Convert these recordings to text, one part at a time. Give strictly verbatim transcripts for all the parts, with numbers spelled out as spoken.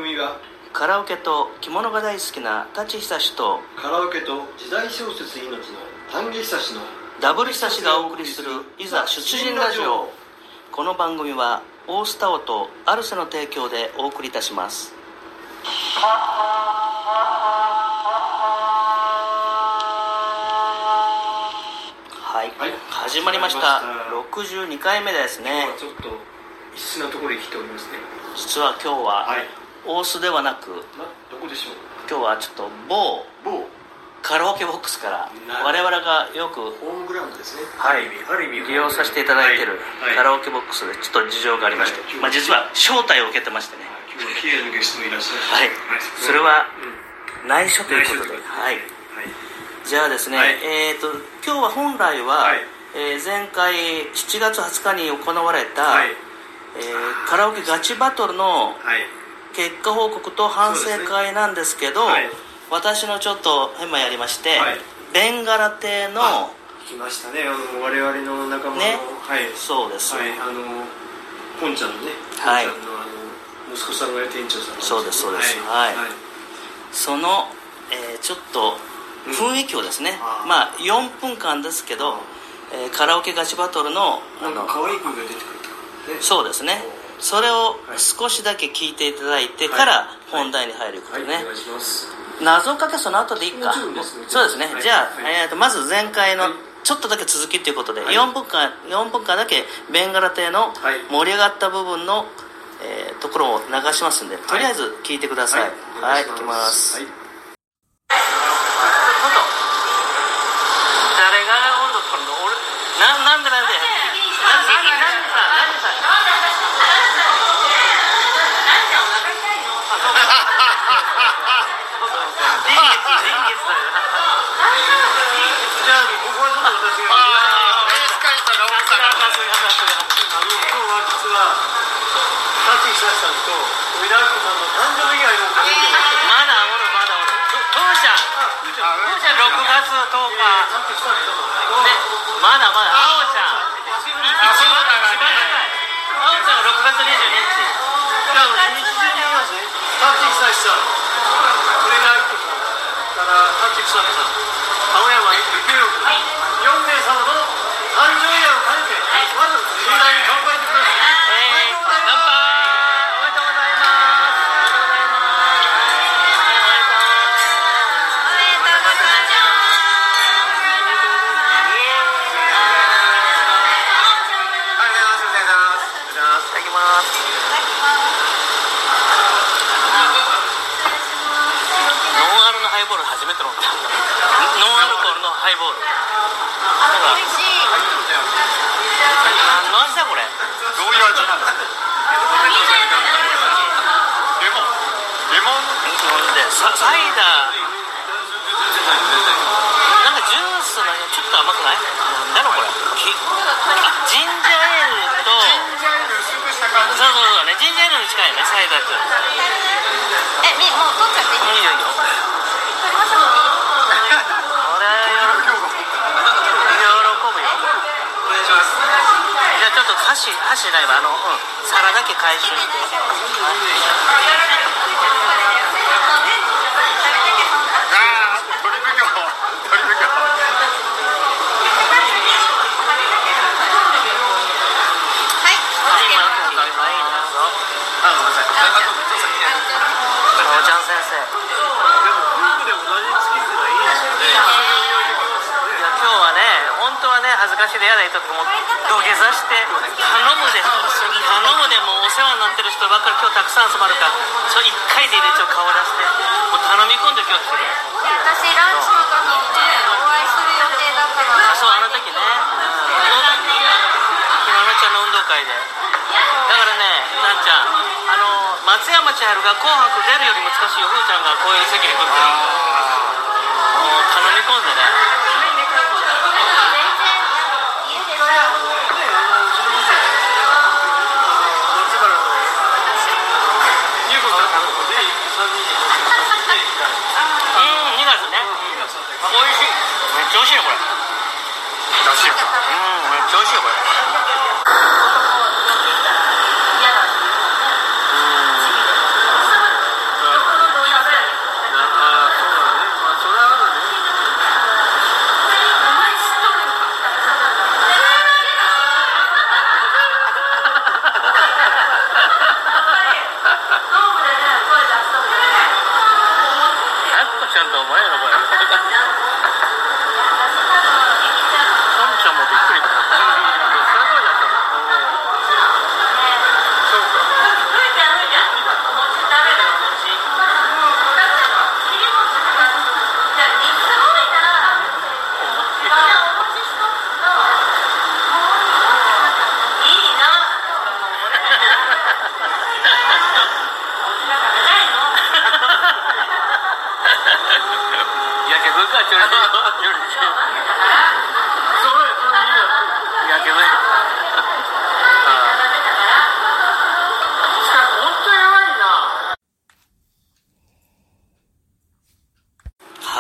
組はカラオケと着物が大好きな舘久志とカラオケと時代小説命の丹下久志のダブル久志がお送りするいざ出陣ラジオ。この番組はオースタオとアルセの提供でお送りいたします。はい、はい、始まりました。ろくじゅうにかいめですね。 今日はちょっと異質なところに来ておりますね。 実は今日は、はい、大須ではなく、 どこでしょう。 今日はちょっと某某カラオケボックスから我々がよくホームグラウンドですね、 はい、利用させていただいているカラオケボックスでちょっと事情がありまして、はい、まあ、実は招待を受けてましてね、 今日は綺麗なゲストもいらっしゃる、 はい、それは内緒ということで、はい、じゃあですね、はい、えーと今日は本来は、はい、えー、前回しちがつはつかに行われた、はい、えー、カラオケガチバトルの結果報告と反省会なんですけど、はい、私のちょっと変もやりまして、はい、ベンガラ亭の来ましたね、あの我々の仲間の、 ね、 はい、 そうです、 はい、あのポンちゃんのね、 はい、 ポンちゃんのあの息子さんが店長さん、ね、 そうですそうです、はい、はい、その、えー、ちょっと雰囲気をですね、うん、まあよんぷんかんですけど、えー、カラオケガチバトルのなんか可愛い声が出てくる、ね、 そうですね、それを少しだけ聞いていただいてから本題に入ることね、 はいはい、お願いします。 謎かけその後でいいか。 ですね、 そうですね、はい、じゃあ、はい、えー、とまず前回のちょっとだけ続きということで、はい、よんぷんかん、よんぷんかんだけベンガラ亭の盛り上がった部分の、えー、ところを流しますんで、とりあえず聞いてください。はい、はい、いきます。はい、誰が温度取るの？俺な、なんでなんでなんでなんでさなんでさ臨月臨月だよ。じゃあここはちょっと私がああエース会社が多かった。さすがさすが。あの今日は実は舘久志さんと上田明子さんの誕生日が今からまだおるまだおる。父ちゃん父ちゃんろくがつとおかでまだまだあおちゃん一番長いあおちゃんがろくがつにじゅうににち。じゃあ日にち中に言いますね。舘久志さん、上田明子さんから舘久志さん、青山幸宏君、よんめいさまの誕生日を兼ねてまず盛大に乾杯してください。えー、乾杯。おめでとうございます。おめでとうございます。おめでとうございます。いただきます。ノンアルのハイボール初めて飲んだ。ノンアルコールのハイボール。美味しい。何の味だこれ。どういう味なんだ。レモン。レモン飲んでササイダー。なんかジュースのちょっと甘くない？なんだろこれ。ジンジャーエールと。ジンジャーエール薄くした感じ。そうそうそうね。ジンジャーエールに近いねサイダーって。え、みもう取っちゃっていい？いいよいいよ。取りましょう。これ喜ぶよ。お願いします。じゃあちょっと箸箸ないわあの、うん、皿だけ回収して。 ああ、鳥奉行鳥奉行。あ、ごめんなさい。あとおちゃん先生。 でも夫婦で同じ月ってのはいいですよね。 いや今日はね、本当はね恥ずかしいで嫌な人とかも土下座して頼むで頼むでもうお世話になってる人ばっかり今日たくさん集まるから、それ一回で入れちゃう顔出してもう頼み込んで今日来てる。 私ランチの時にねお会いする予定だったから。 あ、そうあの時ね。ひまのちゃんの運動会で。だからね、なんちゃん、あの松山千春が紅白出るより難しいよ、ふーちゃんがこういう席に来るから、もう頼み込んでね。うん、にがつね。おいしい。めっちゃおいしいよこれ。 美味しいよ。 うん、めっちゃおいしいよこれ。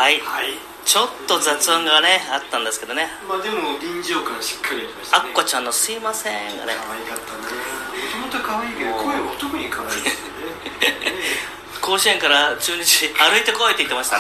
はい、 はい、 ちょっと雑音がねあったんですけどね。 まあでも臨場感しっかりありましたね。 あっこちゃんのすいませんがね、 可愛かったね。もともと可愛いけど声も特に可愛いですよね。 甲子園から中日歩いてこいって言ってましたね。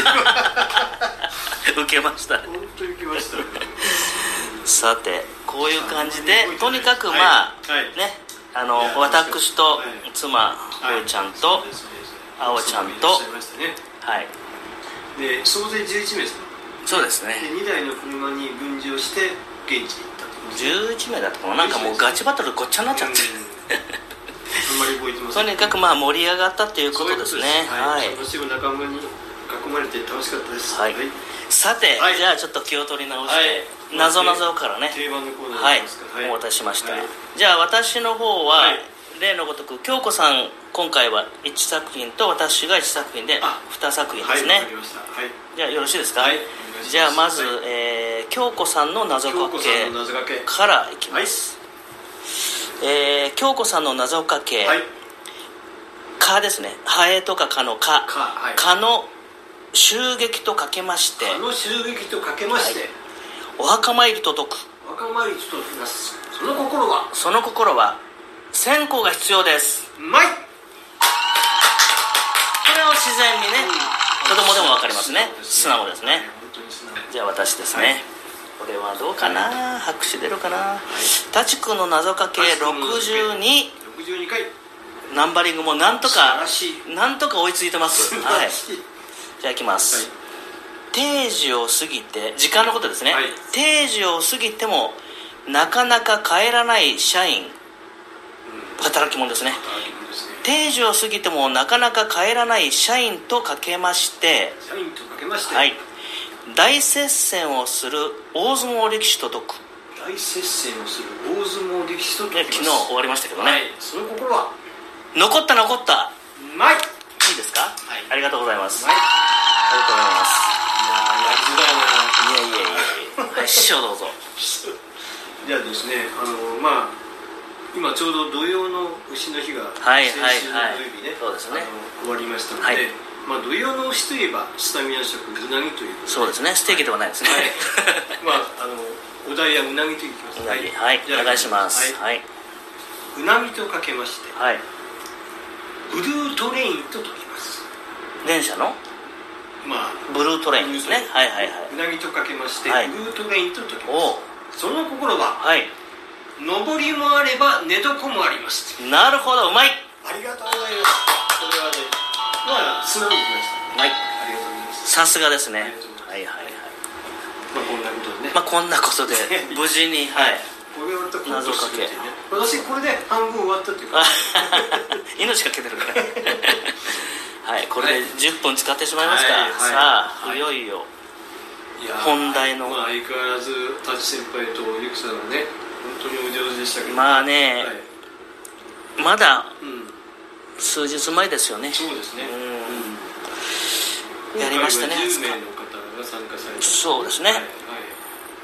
受けましたね。 本当に来ましたね。 さてこういう感じでとにかくまあ、 はい、 ね、あの私と妻ふーちゃんとあおちゃんと、はい、 で総勢じゅういちめいですね。 そうですね。 でにだいの車に分乗して現地に行ったと。 じゅういちめいだったかな。なんかもうガチバトルごっちゃになっちゃって、 あんまり覚えてません。 とにかくまあ盛り上がったっていうことですね。 はい、楽しむ仲間に囲まれて楽しかったです。 はい、さて、はい、じゃあちょっと気を取り直して、なぞなぞからね、 定番のコーナーですか。 はい、お渡ししました。はい、じゃあ私の方は、はい、例のごとく京子さん今回はいちさくひんと私がいちさくひんでにさくひんですね。 はい、わかりました。はい、 じゃあよろしいですか。 はい、 じゃあまず、はい、えー、京子さんの謎かけからいきます。はい、えー、京子さんの謎かけ、はい、蚊ですね。ハエとか蚊の蚊、蚊、はい、蚊の襲撃とかけまして、 蚊の襲撃とかけまして、はい、 お墓参りと解く。 お墓参りと解きます。その心はその心は線香が必要です。 うまい。これを自然にね、子供でも分かりますね。素直ですね。じゃあ私ですね、はい、これはどうかな、はい、拍手出るかな。はい、タチ君の謎かけろくじゅうに、 ろくじゅうにかい、 ナンバリングもなんとかなんとか追いついてます。はい、じゃあいきます、はい、定時を過ぎて、時間のことですね、はい、定時を過ぎてもなかなか帰らない社員、うん、働き者ですね。定時を過ぎてもなかなか帰らない社員とかけまして社員とかけまして、 はい、大接戦をする大相撲力士と解く。 大接戦をする大相撲力士と解きます。 昨日終わりましたけどね、はい、 その心は残った残った。 うまい。いいですか、はい、ありがとうございます。 うまい。 ありがとうございます。 いやー、やりづらいな。 いやいやいやいや、はい、師匠どうぞ。 じゃあですね、あのまあ今ちょうど土曜の牛の日がはい先週の土曜日ね、 そうですね、 あの終わりましたので、 はい、 まあ、土曜の牛といえばスタミナ食うなぎということで、 そうですね、ステーキではないですね、はい、 まああのお題はうなぎといきます。 うなぎ、はい、お願いします。はい、 うなぎとかけまして、 はい、 ブルートレインと解きます。 電車のまあブルートレインですね。はいはいはい。 うなぎとかけまして、 はい、 ブルートレインと解きます。その心は、 はい、 上りもあれば寝床もあります。 なるほど、うまい。 ありがとうございます。これはね、まあ素直にいきました。 はい、 ありがとうございます。 さすがですね。はいはいはい。 まあこんなことでね。 まあこんなことで無事に、はい。 これは謎かけ。 私これで半分終わったというか。 命かけてるから。はい、これでじゅっぷん使ってしまいますか。 はいはい、 さあ、はい、いよいよ本題の。 まあ、相変わらず舘先輩とゆきさんがね、本当にお上手でしたけど。 まあね、はい、まだ、 うん、 数日前ですよね。 そうですね。 うん、やりましたね。 じゅうめいの方が参加されて。 そうですね。はいはい、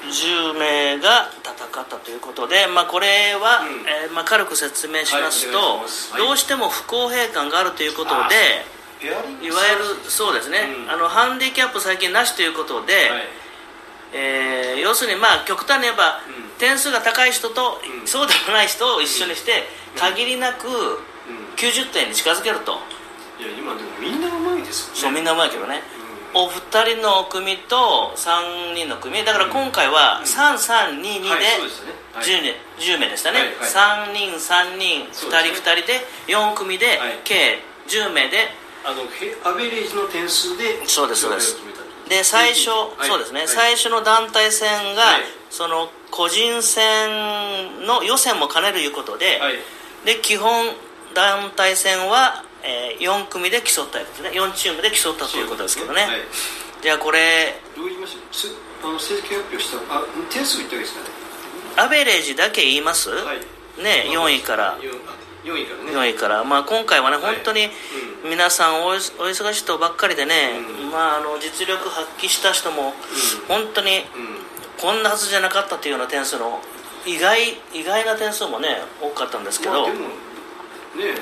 じゅうめいが戦ったということで、まあ、これは、うん、えーまあ、軽く説明しますと、はい、どうしても不公平感があるということで、いわゆるそうですね、うん、あのハンディキャップ最近なしということで、はい、えー、要するにまあ極端に言えば、うん、点数が高い人と、うん、そうでもない人を一緒にして、うん、限りなくきゅうじゅってんに近づけると。 いや今でもみんなうまいですよね。 そう、みんなうまいけどね、うん、おふたりの組とさんにんの組だから今回はさんさんににでじゅうめいでしたね、はいはい、さんにんさんにんふたりふたりでよんくみで、はい、計じゅうめいであのアベレージの点数でそうですそうです。で最初、はい、そうですね、はい、最初の団体戦が、はい、その個人戦の予選も兼ねるいうことで、はい、で基本団体戦は、えー、よんくみで競ったですね。よんチームで競ったということですけどね、はい、じゃあこれどう言いましょう。あの成績発表したあ点数言ったわけですかね。 アベレージだけ言います、はい、ね、よんいからよんいからね。 よんいから、まあ、今回はね、はい、本当に皆さんお忙しい人ばっかりでね、うん、まあ、あの実力発揮した人も本当にこんなはずじゃなかったというような点数の意外意外な点数もね多かったんですけど、 まあ、でもね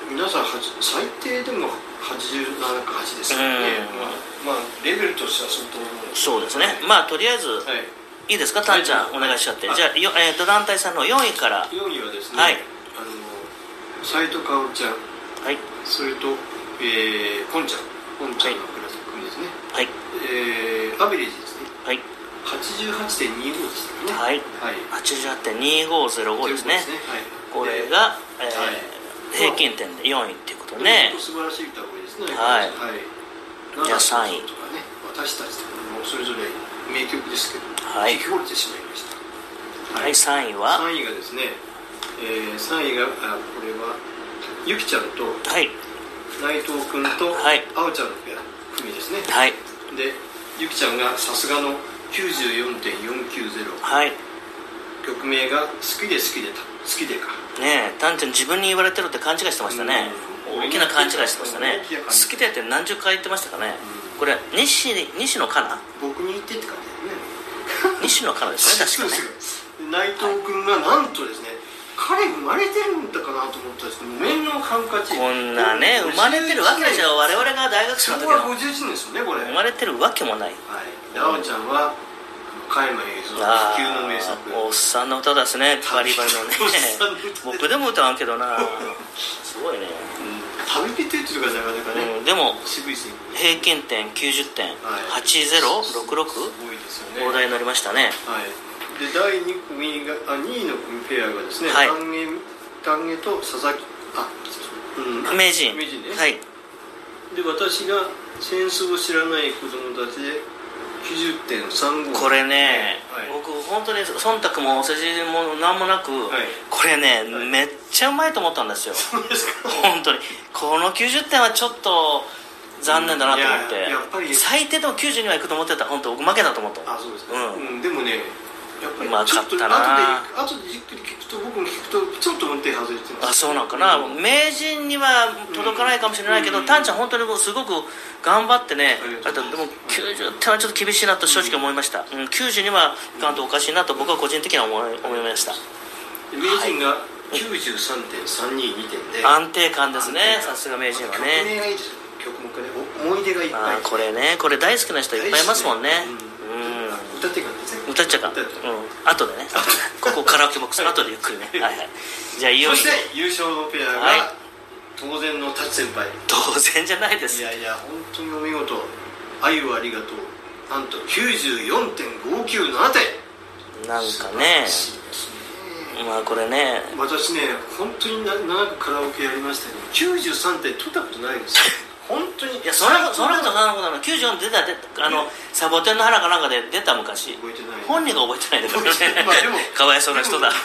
皆さんはち最低でもはちじゅうななかはちですからね、まあ、まあレベルとしては相当そうですね。まあとりあえず、はい、いいですか、タンちゃん、はい、お願いしちゃって。じゃあ、よえー、と団体さんのよんいから。 よんいはですね、はい、あの斉藤かおるちゃん、はい、それと、えー、ポンちゃんポンちゃんのクラス組ですね、はい、えー、アベレージですね、はい、はちじゅうはちてんにご でしたね、はい、はい、 はちじゅうはちてんにごゼロご ですね、これが、えーはい、平均点でよんいっていうことね。 素晴らしい歌声ですね。 はい。はい、じゃあさんいとかね、私たちとかもそれぞれ名曲ですけど、 はい、 聞き惚れてしまいました。 はい、さんいは。 さんいがですね、えー、さんいがあこれはゆきちゃんと、はい、内藤君と、はい、あおちゃんのペア組ですね。はい。で、ゆきちゃんがさすがの きゅうじゅうよんてんよんきゅうゼロ。はい。曲名が好きで好きで好きでか。 ねえ、タンちゃん自分に言われてるって勘違いしてましたね。大きな勘違いしてましたね。好きでって何十回言ってましたかね。これ西西野カナ。 僕に言ってって感じだよね。 西野カナですね、確かね。 内藤君がなんとですね、彼生まれてるんだかなと思ったんですけど、面のハンカチ。 こんなね、生まれてるわけでしょ。我々が大学生の時は。 そこはごじゅういちねんですよね、これ。 生まれてるわけもない。 はい。で、あおちゃんは加山雄三の不朽の名作。 おっさんの歌ですね、バリバリのね。僕でも歌わんけどな。すごいね。 旅人って言ってるからなかなかね、 うん、でも渋いですね。 平均点きゅうじゅってん、はい、はちぜろろくろく、すごいですよね。大台になりましたね。 はい。でだいに組があにいの組ペアがですね、はい、丹下丹下と佐々木あ、 うん、名人名人ね。 はい。 で私が戦争を知らない子供たちできゅうじゅってんさんご。 これね、はい、僕本当に忖度もお世辞も何もなく、はい、これね、はい、めっちゃうまいと思ったんですよ。 そうですか。 本当にこのきゅうじゅってんはちょっと残念だなと思って、うん、やっぱり最低でもきゅうじゅうにはいくと思ってた。本当僕負けだと思った。 あ、そうですか。うん、うん、でもね、やっぱりうまかったな。 後でじっくり聞くと、僕も聞くとちょっと運転外れてます。 あ、そうなんかな、うん、名人には届かないかもしれないけど、うん、タンちゃん本当にすごく頑張ってね、あとでもきゅうじゅってんはちょっと厳しいなと正直思いました、うん、きゅうじゅうにはいかんとおかしいなと僕は個人的には思い、思いました。 名人が きゅうじゅうさんてんさんににてんで安定感ですね。さすが名人はね。 曲名がいいですよ。曲目がね、思い出がいっぱい。 あ、これね、これ大好きな人いっぱいいますもんね。うん、 歌っていかんですね。 歌っちゃうかん、うん、後でねここカラオケボックスの後でゆっくりねはい、はい、じゃあいよいよそして優勝のペアが、はい、当然の舘先輩。 当然じゃないです。 いやいや本当にお見事。愛をありがとう。なんと きゅうじゅうよんてんごきゅうななてん。 なんかね、まあこれね、 私ね本当に長くカラオケやりましたけどきゅうじゅうさんてん取ったことないですよ本当に。 いや、そんなことそんなことなの。きゅうじゅうよん出た出た、あのサボテンの花かなんかで出た昔。 覚えてない。 本人が覚えてないんだからね。 まあでもかわいそうな人だ。もう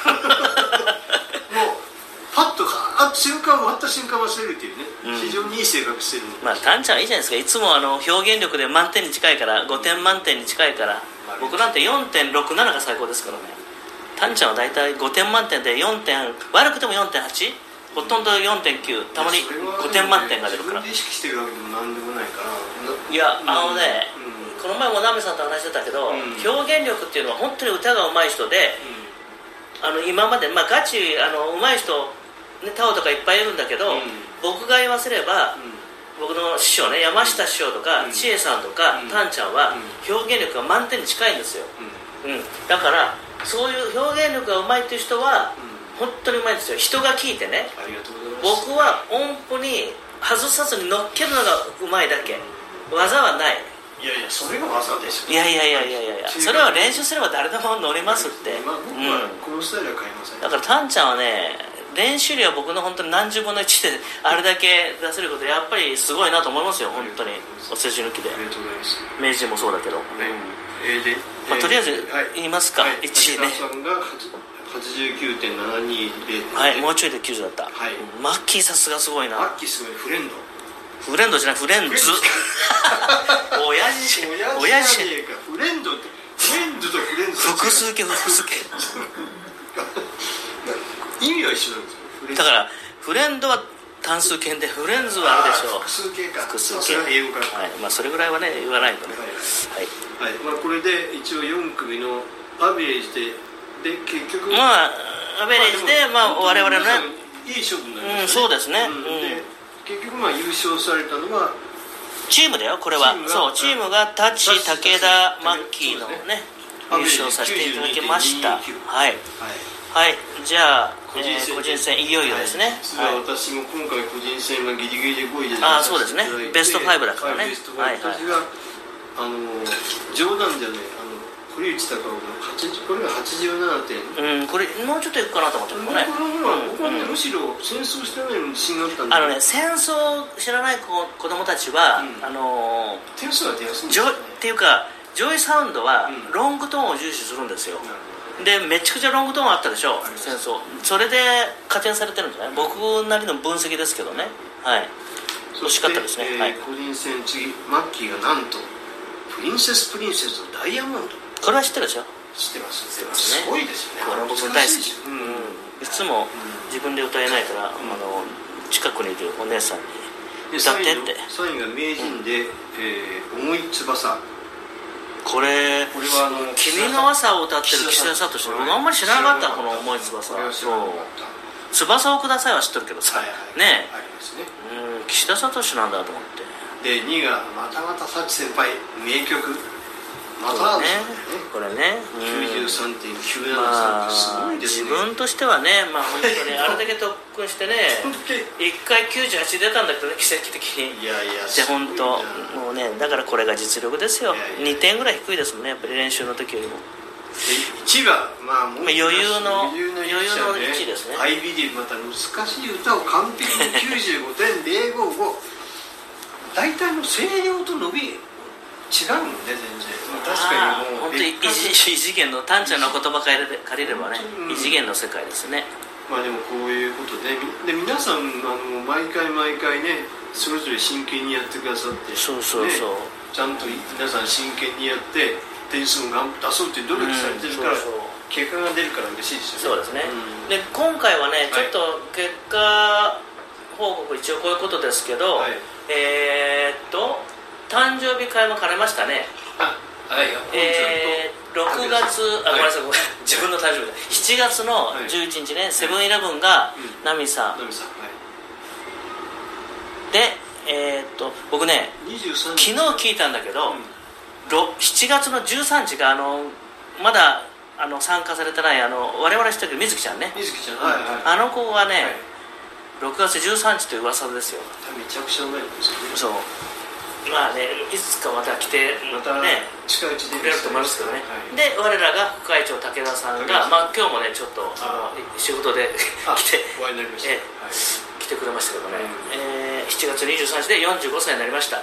パッとあ瞬間終わった瞬間忘れるっていうね、うん、非常にいい性格してる。 まあタンちゃんはいいじゃないですか。いつもあの表現力で満点に近いから、ごてん満点に近いから、うん、僕なんて よんてんろくなな が最高ですからね。タンちゃんは大体ごてん満点でよんてん、悪くても よんてんはち、ほとんど よんてんきゅう、たまにごてん満点が出るから。 自分で意識してるわけでもなんでもないから。 いや、あのね、うん、この前もナメさんと話してたけど、うん、表現力っていうのは本当に歌が上手い人で、うん、あの今まで、まあ、ガチあの上手い人、ね、タオとかいっぱいいるんだけど、うん、僕が言わせれば、うん、僕の師匠ね、山下師匠とか、うん、千恵さんとか、うん、タンちゃんは、うん、表現力が満点に近いんですよ、うんうん、だからそういう表現力が上手いっていう人は、うん、本当に上手いんですよ。人が聞いてね、 ありがとうございます。 僕は音符に外さずに乗っけるのが上手いだけ、技はない。 いやいや、それが技でしょ。 いやいやいやいやいや、それは練習すれば誰でも乗れますって、 まあ、僕はこのスタイルは変えません、うん、 だからタンちゃんはね、練習量は僕の本当に何十分のいちであれだけ出せることやっぱりすごいなと思いますよ。本当にお世辞抜きで。 ありがとうございます。 名人もそうだけど、はい、 えーでまあ、とりあえず言いますか、はい、いちいね。 武田さんがはちじゅうきゅうてんななにで、 はい、もうちょいできゅうじゅうだった、はい、マッキーさすがすごいな。 マッキーすごい。フレンドフレンドじゃない、フレンズ親父親父フレンドってフレンドとフレンズ複数形複数形意味は一緒なんですよ。 だからフレンドは単数形でフレンズはあるでしょう。 複数形か。 複数形。 それは英語から、 はい、まあそれぐらいはね言わないとね。 はい、はいはい、まあ、これで一応よん組のアベレージでで結局まあアベレージで、まあ、我々のねいい勝負になりましたね、 うん、そうですね、 うん、で結局まあ優勝されたのはチームだよこれは。そうチームがタッチ武田マッキーのね優勝させていただきました。はいはい、はい、じゃあ個人戦、えー、個人戦いよいよですね。 はい、私も今回個人戦はギリギリでごいでああそうですね、ベストファイブだからね。 ベストファイブ、はいはい、私があの冗談じゃねあの堀内孝雄のこれがはちじゅうななてん、 うん、これもうちょっといくかなと思ったけどね。 僕はね、むしろ戦争してないのに自信があったんで、 あのね戦争知らない子子供たちは、うん、あの点数は出やすいんですよ、ね、 っていうかジョイサウンドはロングトーンを重視するんですよ、うん、でめちゃくちゃロングトーンあったでしょ戦争。それで加点されてるんじゃない？僕なりの分析ですけどね。はい、惜しかったですね、 えーはい、 個人戦次マッキーがなんとプリンセスプリンセスのダイヤモンド、 これは知ってるでしょ。 知ってます、知ってます、すごいですよね。 これ僕大好き、 うん、 いつも自分で歌えないから、うん、あの近くにいるお姉さんに歌ってって。 さんいが名人で、うんえー、重い翼、 これこれはあの君の朝を歌ってる岸田聡の、僕あんまり知らなかった。この重い翼、翼をくださいは知ってるけどさ、はいはい、ねえ、ありますね、うん、岸田聡なんだと思って。 でにいがまたまた幸先輩、名曲またね、これねきゅうじゅうさんてんきゅうななさん ってすごいですね。 自分としてはね、まあ本当にあれだけ特訓してねいっかいきゅうじゅうはち出たんだけどね、奇跡的に。 いやいやで本当もうね、だからこれが実力ですよ。いやいやにてんぐらい低いですもんね、やっぱり練習の時よりも。 いちいはまあもう余裕の余裕のいちいですね。 アイビー でまた難しい歌を完璧にきゅうじゅうごてんぜろごご大体の声量と伸び違うもんね、全然。確かにもう本当に異次元のタンちゃんの言葉借りればね、異次元の世界ですね。 まあでもこういうことで、で皆さんあの毎回毎回ねそれぞれ真剣にやってくださって、 そうそうそう、ね、 ちゃんと皆さん真剣にやって点数を出そうって努力されてるから、うん、そうそう結果が出るから嬉しいですよね。 そうですね、うん、で今回はねちょっと結果報告一応こういうことですけど、はい、えー、っと誕生日会も兼ねましたね。 あ、はい、 えー、ろくがつ、あ、ごめんなさい、自分の誕生日だ。しちがつのじゅういちにちね、セブンイレブンがナミさん、ナミさん、はい、で、えー、っと僕ね昨日聞いたんだけど、うん、しちがつのじゅうさんにちがあのまだあの参加されてないあの我々知ってる水木ちゃんね、 水木ちゃん、はいはい、 あの子がね、はい、ろくがつじゅうさんにちという噂ですよ。 めちゃくちゃうまいんですよね。 そうまあね、いつかまた来てまたね近いうちでくれると思いますけどね、はい、で我らが副会長武田さんが、まあ、今日もねちょっとあの仕事で来てお会いになりました、えはい、来てくれましたけどね、うんえー、しちがつにじゅうさんにちでよんじゅうごさいになりました、はい、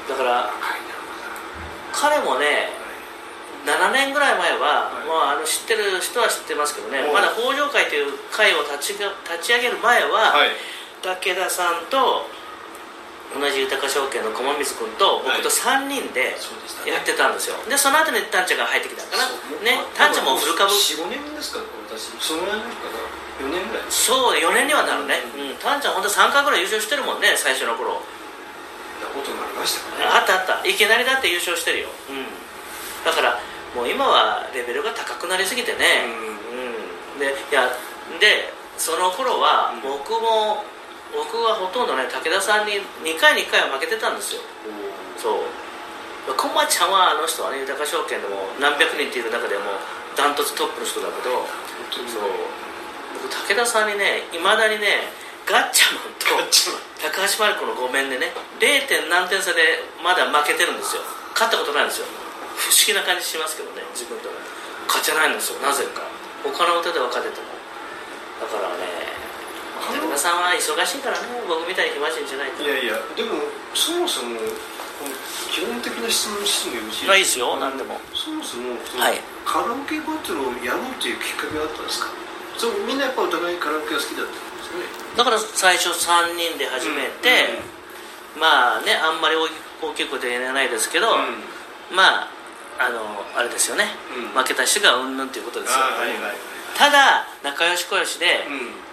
だから彼もねななねんぐらい前は、はいまあ、あの知ってる人は知ってますけどね、まだ北条会という会を立ち、立ち上げる前は、はい、武田さんと同じ豊証券の駒水君と僕とさんにんでやってたんですよ。でその後にタンちゃんが入ってきたからね。タンちゃんもフル株よんごねんですかね、私そのぐらいかな、よねんぐらい。 そうよねんにはなるね、うんうん、タンちゃん本当さんかいぐらい優勝してるもんね、最初の頃。 なことになりましたかね。 あったあった、いきなりだって優勝してるよ、うん、だからもう今はレベルが高くなりすぎてね、うんうん、でいやでその頃は僕も、うん僕はほとんどね武田さんににかいにいっかいは負けてたんですよ。そうコマちゃんはあの人はね豊証券でも何百人っていう中でもダントツトップの人だけど、そう僕武田さんにねいまだにねガッチャマンと高橋真理子のごめんでね れい. 点何点差でまだ負けてるんですよ。勝ったことないんですよ。不思議な感じしますけどね、自分とね勝ちゃないんですよ、なぜか。他の歌では勝てても。だからね武田さんは忙しいからね、僕みたいに暇人じゃないから。 いやいやでもそもそも基本的な質問してもよろしいですか。 いいですよ、何でも。 そもそもその、はい、カラオケバトルをやろうというきっかけがあったんですか。そうみんなやっぱお互いカラオケが好きだったんですよね。 だから最初さんにんで始めて、うんうん、まあねあんまり大きいこと言えないですけど、うん、まああのあれですよね、うん、負けた人がうんぬんということですよ、はいはい、ただ仲良しこよしで、うん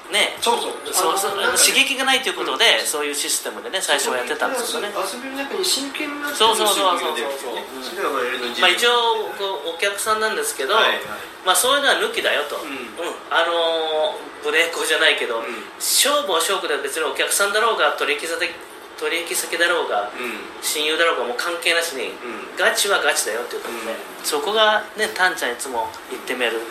ね、そうそうそうそう、ね、刺激がないということで、うん、そういうシステムでね最初はやってたんですけどね。 遊びの中に真剣なそうそうそうそうそう、それは我々のまあ一応お客さんなんですけど、はいはい、まあそういうのは抜きだよと、うんうん、あのー、ブレーコじゃないけど、うん、勝負は勝負で別にお客さんだろうが取引先取引先だろうが、うん、親友だろうがもう関係なしに、うん、ガチはガチだよっていうことで、うん、そこがねタンちゃんいつも言ってみる、うん、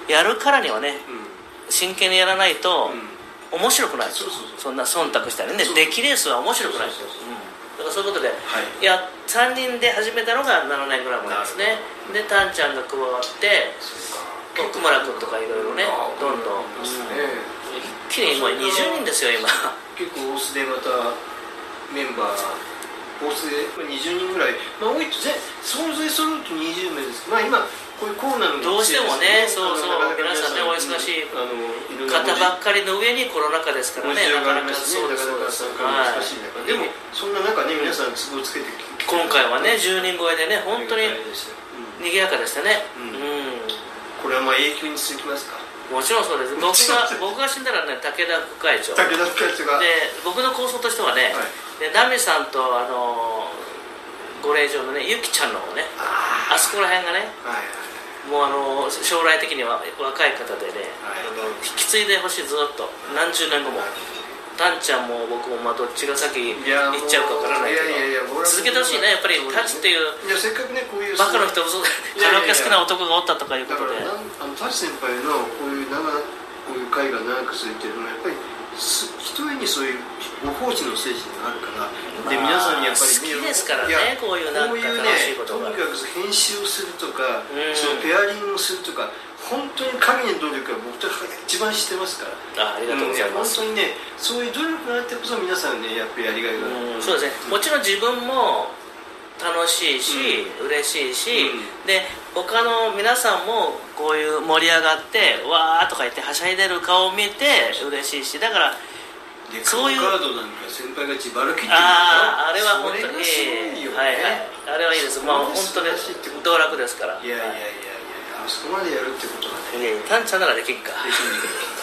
やるからにはね、うん真剣にやらないと面白くない、うん、そうそうそうそんな忖度したりね出来レースは面白くない、そうそうそう、うん、だからそういうことで、はい、いやさんにんで始めたのがななねんぐらい前ですね。でタンちゃんが加わって奥村君とかいろいろねどんどん、うん、一気にもうにじゅうにんですよ今。 結構大須でまたメンバー大須でにじゅうにんぐらい、まあ、多いと総勢揃うとにじゅうめいですけど、まあ今こういうコロナのどうしてもね、そうそう、皆さんねお忙しい方ばっかりの上にコロナ禍ですからね、なかなかそうですそうです。 難しい中でもそんな中ね皆さん都合つけて今回はねじゅうにん超えでね本当に賑やかでしたね。 これはまあ永久に続きますか。 もちろんそうです。僕が僕が死んだらね武田副会長。 武田副会長が。 で僕の構想としてはね、でナミさんとあのご令嬢のねゆきちゃんの方ね、あそこら辺がね。もうあの将来的には若い方でね、はい、あの引き継いでほしいずっと何十年後も、はい、タンちゃんも僕もまあどっちが先行っちゃうかわからないけど続けてほしいねやっぱりタチっていういやせっかくねこういうバカの人カラオケ好きな男がおったとかいうことであのタチ先輩のこういう長こういう会が長く続いてるのはやっぱりひとえにそういうご奉仕の精神があるから、まあ、で皆さんにやっぱり好きですからねこういうなんか楽しいことがとにかく編集をするとか、うん、そのペアリングをするとか本当に影の努力は僕たちが一番知ってますから。 あ、ありがとうございます、 うん、本当にねそういう努力があってこそ皆さんねやっぱりやりがいがある、 うん、そうですね、もちろん自分も楽しいし、うん、嬉しいし、うん、で他の皆さんもこういう盛り上がってわーとか言ってはしゃいでる顔を見て嬉しいし、だからそういうカードなんか先輩が自腹切ってるのああ、あれは本当にいい、はいはい、あれはいいです。まあ本当に道楽ですから。 いやいやいやいや、あそこまでやるってことはね。 いやいや、タンちゃんならできんか。 できん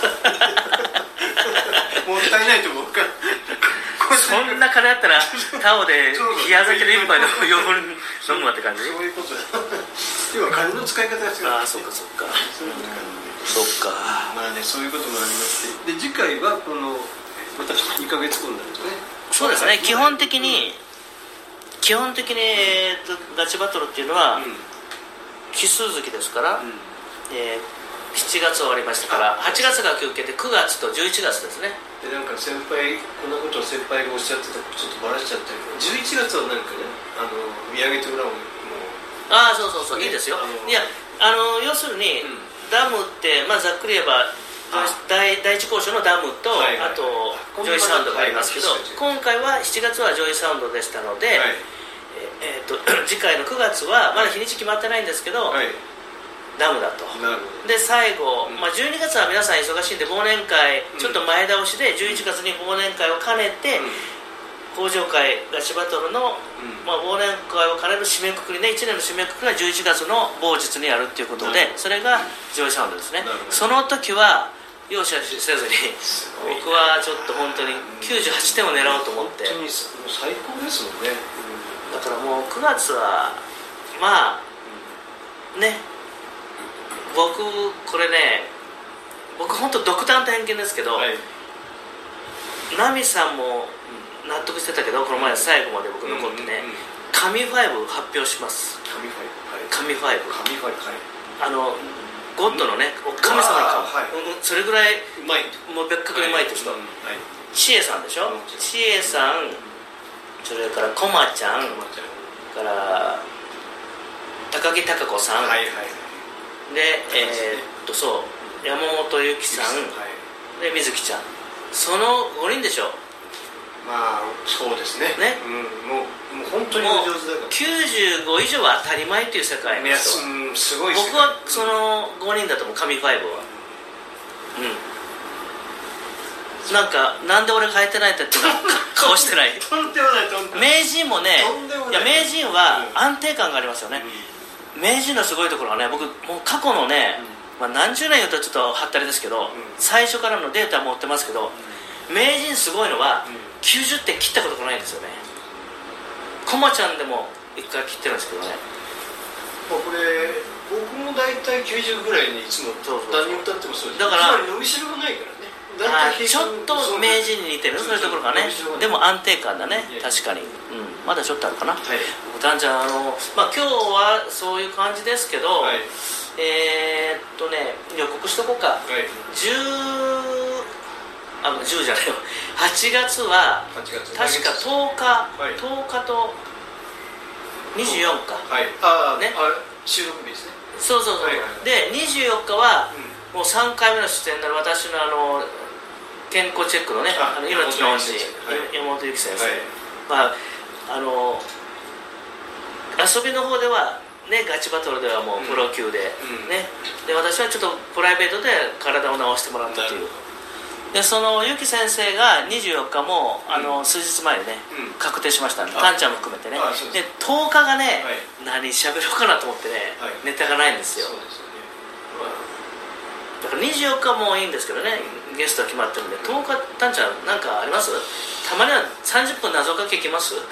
もったいないと思うか。 そんな金あったらタオで冷や酒で一杯のように飲むわって感じ。 そういうことだ。要は金の使い方が違う。 ああ、そっかそっか。そっか。 まあね、そういうこともありまして、で次回はこのまたにかげつごになるとね。 そうですね。基本的に基本的にえっとガチバトルっていうのは奇数月ですから、えしちがつ終わりましたからはちがつが休憩でくがつとじゅういちがつですね。 でなんか先輩こんなことを先輩がおっしゃってたちょっとバラしちゃったけどじゅういちがつはなんかねあの見上げてもらおう。 ああ、そうそうそう、いいですよ。いやあの要するに、うん、ダムってまあざっくり言えば第, 第一交渉のダムと、はいはい、あとジョイサウンドがありますけど、今回はしちがつはジョイサウンドでしたので、はい、えー、と次回のくがつはまだ日にち決まってないんですけど、はい、ダムだと。で最後、うん、まあ、じゅうにがつは皆さん忙しいんで忘年会ちょっと前倒しでじゅういちがつに忘年会を兼ねて、うん、工場会ガチバトルの、うん、まあ、忘年会を兼ねる締めくくりね、いちねんの締めくくりはじゅういちがつの某日にやるっていうことで、それがジョイサウンドですね。その時は容赦せずに僕はちょっと本当にきゅうじゅうはちてんを狙おうと思って。 本当に最高ですもんね、 うん、だからもうくがつはまあね、僕これね僕本当独断と偏見ですけど、はい、ナミさんも納得してたけどこの前最後まで僕残ってね、うんうんうん、神ファイブ発表します。 神ファイブ、はい、 神ファイブ神ファイブ、はい、 あのゴッドのね、うん、神様の顔、はい、それぐらいうまい、 もう別格にうまいって人、はい、知恵さんでしょ、知恵さん、それからコマちゃん、から高木貴子さん、はいはい、で、えー、っとそう山本由紀さん、はい、で水木ちゃん、そのごにんでしょ。 まあそうですね。 ね、 うん、もうもう本当にお上手だから。 きゅうじゅうご以上は当たり前っていう世界の人。 いや、すごい世界。 僕はそのごにんだと思う、神ファイブは。うん。なんかなんで俺が入ってないって顔してない。 とんでもないとんでもない。 名人もね、いや名人は安定感がありますよね。うん、名人のすごいところはね、僕もう過去のね、 まあ、何十年言うとちょっとはったりですけど、うん、最初からのデータ持ってますけど、うん、名人すごいのは、うん、きゅうじゅってん切ったことがないんですよね。コマちゃんでもいっかい切ってるんですけどね。 まあ、これ僕も大体きゅうじゅうぐらいにいつも何歌ってもそうです。 だから伸びしろがないからね。 あちょっと名人に似てる、そういうところがね。でも安定感だね、確かに、うん、まだちょっとあるかな。はい、タンちゃん、あの、まあ、今日はそういう感じですけど、はい、えー、っとね予告しとこうか、はい、じゅうあじゅうじゃないよはちがつは確かとおか、はい、とおかとにじゅうよっか、 はい、ああね、あ収録日ですね。 そうそうそう、はいはい、でにじゅうよっかは、うん、もうさんかいめの出演になる私のあの健康チェックのね、あの命の恩師、山本由紀先生、はい、まああの遊びの方ではね、ガチバトルではもうプロ級で、うん、ね、で私はちょっとプライベートで体を治してもらったという。でその由紀先生がにじゅうよっかも、うん、あの数日前にね、うん、確定しましたんで、タンちゃんも含めてね。でとおかがね、はい、何喋ろうかなと思ってね、はい、ネタがないんですよ。そうですよね。だからにじゅうよっかもいいんですけどね、ゲストは決まってるんで、とおか、タンちゃん何かあります？たまにはさんじゅっぷん謎かけいきます？うん、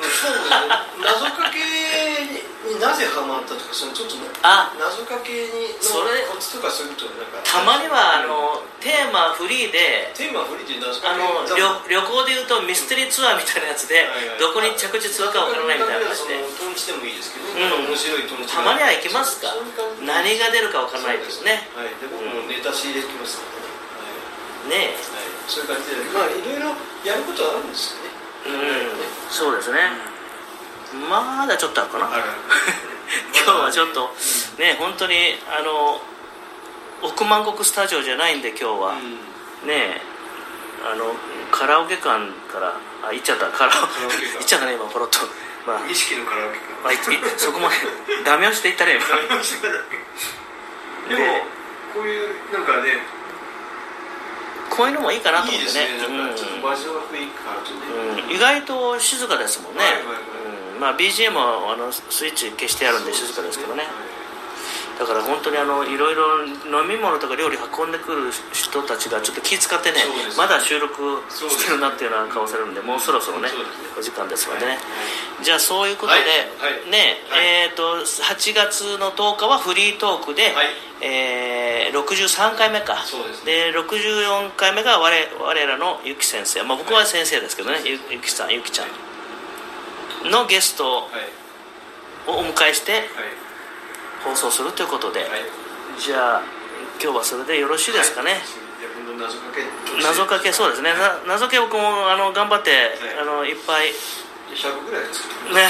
そうですね。謎かけになぜハマったとか、そのちょっとね、 あ、 謎かけにのコツとかそういうことなんか。 たまにはあのテーマフリーで、 テーマフリーで謎かけ、 あの 旅, 旅行でいうとミステリーツアーみたいなやつで、うん、どこに着地するかわからないみたいな感じで。 トンチでもいいですけど、ね、うん、面白いトンチ。 たまには行きますか？何が出るかわからないですね。 はい、で僕もネタ仕入れてきますからね。はい、ねえ、はい、 そういう感じで、まあいろいろやることはあるんですよね。 うん、そうですね。まだちょっとあるかな。今日はちょっとね、本当にあの億万国スタジオじゃないんで今日は、うん、ねえ、あのカラオケ館からあ行っちゃったカラオケ行っちゃったね今ポロッと、 まあ意識のカラオケ館、 まあ、そこまでダメ押していったね今。 でもこういうなんかね、 こういうのもいいかなと思ってね。 いいですね。なんかちょっと場所が雰囲気変わるとね、 うん、意外と静かですもんね。はいはいはい、うん、まあ ビージーエム はあのスイッチ消してあるんで静かですけどね。だから本当にあのいろいろ飲み物とか料理運んでくる人たちがちょっと気遣ってね、まだ収録してるなっていうような顔されるんで、もうそろそろねお時間ですのでね。じゃあそういうことでね、えっとはちがつのとおかはフリートークで、えー、ろくじゅうさんかいめかで、ろくじゅうよんかいめが我我らのゆき先生、まあ、僕は先生ですけどね、ゆ, ゆきさんゆきちゃんのゲストをお迎えして放送するということで、はい、じゃあ今日はそれでよろしいですかね。はい、 謎かけ謎かけ、そうですね、謎かけ僕もあの頑張って、はい、あのいっぱいひゃくぐらいですかね。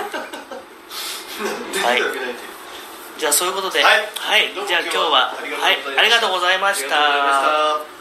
はい、じゃあそういうことで、はい、はい、じゃあ今日ははい、ありがとうございました。